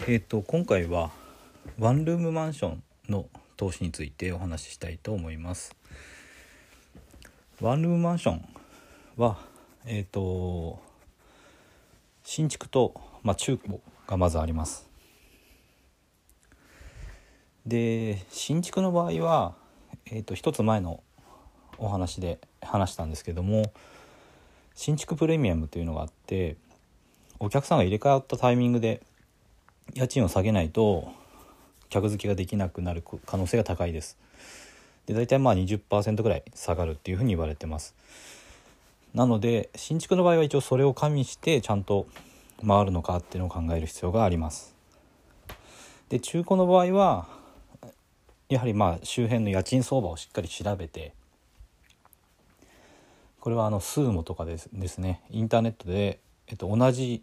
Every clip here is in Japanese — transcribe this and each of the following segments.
今回はワンルームマンションの投資についてお話ししたいと思います。ワンルームマンションは、新築と、中古がまずあります。で、新築の場合は、一つ前のお話で話したんですけども、新築プレミアムというのがあって、お客さんが入れ替わったタイミングで家賃を下げないと客付けができなくなる可能性が高いです。で、大体20% ぐらい下がるっていうふうに言われてます。なので新築の場合は一応それを加味してちゃんと回るのかっていうのを考える必要があります。で、中古の場合はやはり周辺の家賃相場をしっかり調べて、これはスーモとかですね、インターネットで、同じ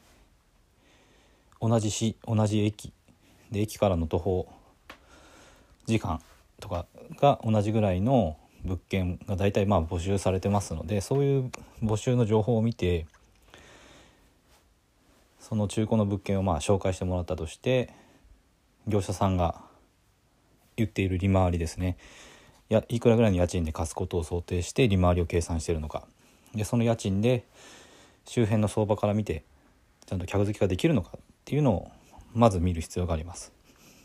市、同じ駅で、駅からの徒歩時間とかが同じぐらいの物件が大体募集されてますので、そういう募集の情報を見て、その中古の物件を紹介してもらったとして、業者さんが言っている利回りですね、いくらぐらいの家賃で貸すことを想定して利回りを計算しているのか、でその家賃で周辺の相場から見てちゃんと客付けができるのかっていうのをまず見る必要があります。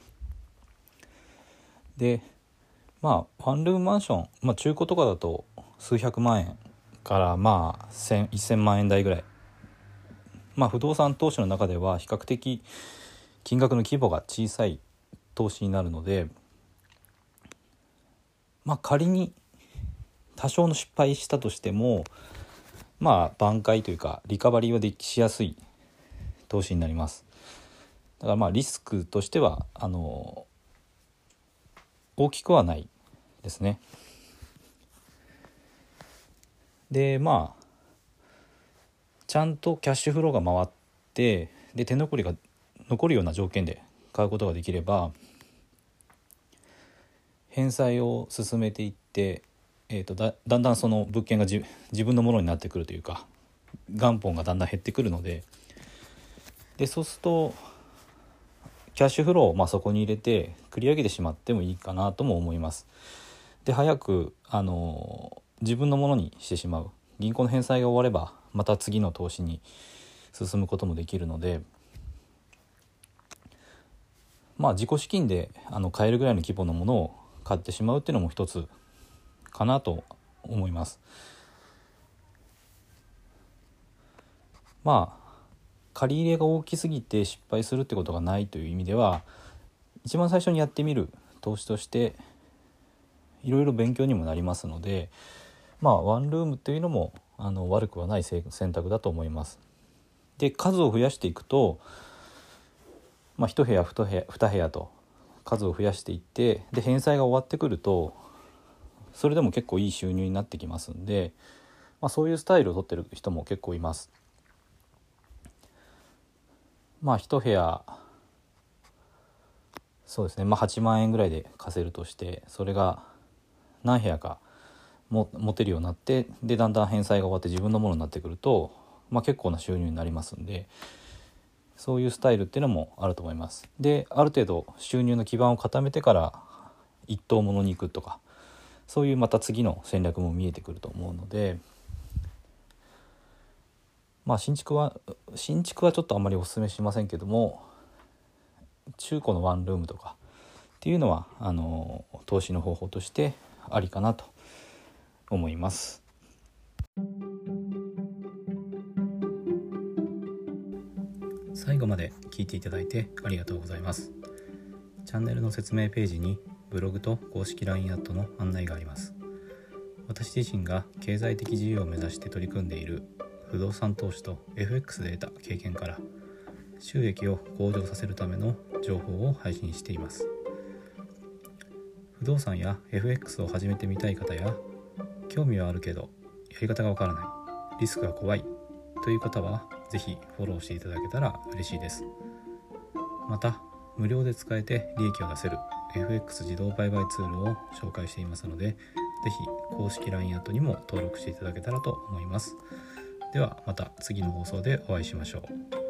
で、ワンルームマンション、中古とかだと数百万円から1000万円台ぐらい、不動産投資の中では比較的金額の規模が小さい投資になるので、仮に多少の失敗したとしても挽回というかリカバリーはしやすい投資になります。だからリスクとしては大きくはないですね。で、ちゃんとキャッシュフローが回って、で手残りが残るような条件で買うことができれば、返済を進めていって、だんだんその物件が自分のものになってくるというか、元本がだんだん減ってくるので、そうするとキャッシュフローをそこに入れて繰り上げてしまってもいいかなとも思います。で、早く自分のものにしてしまう、銀行の返済が終わればまた次の投資に進むこともできるので、自己資金で買えるぐらいの規模のものを買ってしまうっていうのも一つかなと思います。借り入れが大きすぎて失敗するってことがないという意味では、一番最初にやってみる投資としていろいろ勉強にもなりますので、ワンルームというのも悪くはない選択だと思います。で、数を増やしていくと、1部屋2部屋と数を増やしていって、で返済が終わってくるとそれでも結構いい収入になってきますんで、そういうスタイルを取ってる人も結構います。1部屋そうですね、8万円ぐらいで貸せるとして、それが何部屋か持てるようになって、でだんだん返済が終わって自分のものになってくると、結構な収入になりますんで、そういうスタイルっていうのもあると思います。で、ある程度収入の基盤を固めてから一等物に行くとか、そういうまた次の戦略も見えてくると思うので、新築はちょっとあんまりお勧めしませんけども、中古のワンルームとかっていうのは投資の方法としてありかなと思います。最後まで聞いていただいてありがとうございます。チャンネルの説明ページにブログと公式 LINE アットの案内があります。私自身が経済的自由を目指して取り組んでいる不動産投資と FX で得た経験から、収益を向上させるための情報を配信しています。不動産や FX を始めてみたい方や、興味はあるけどやり方がわからない、リスクが怖いという方はぜひフォローしていただけたら嬉しいです。また無料で使えて利益を出せる FX 自動売買ツールを紹介していますので、ぜひ公式 LINE アットにも登録していただけたらと思います。ではまた次の放送でお会いしましょう。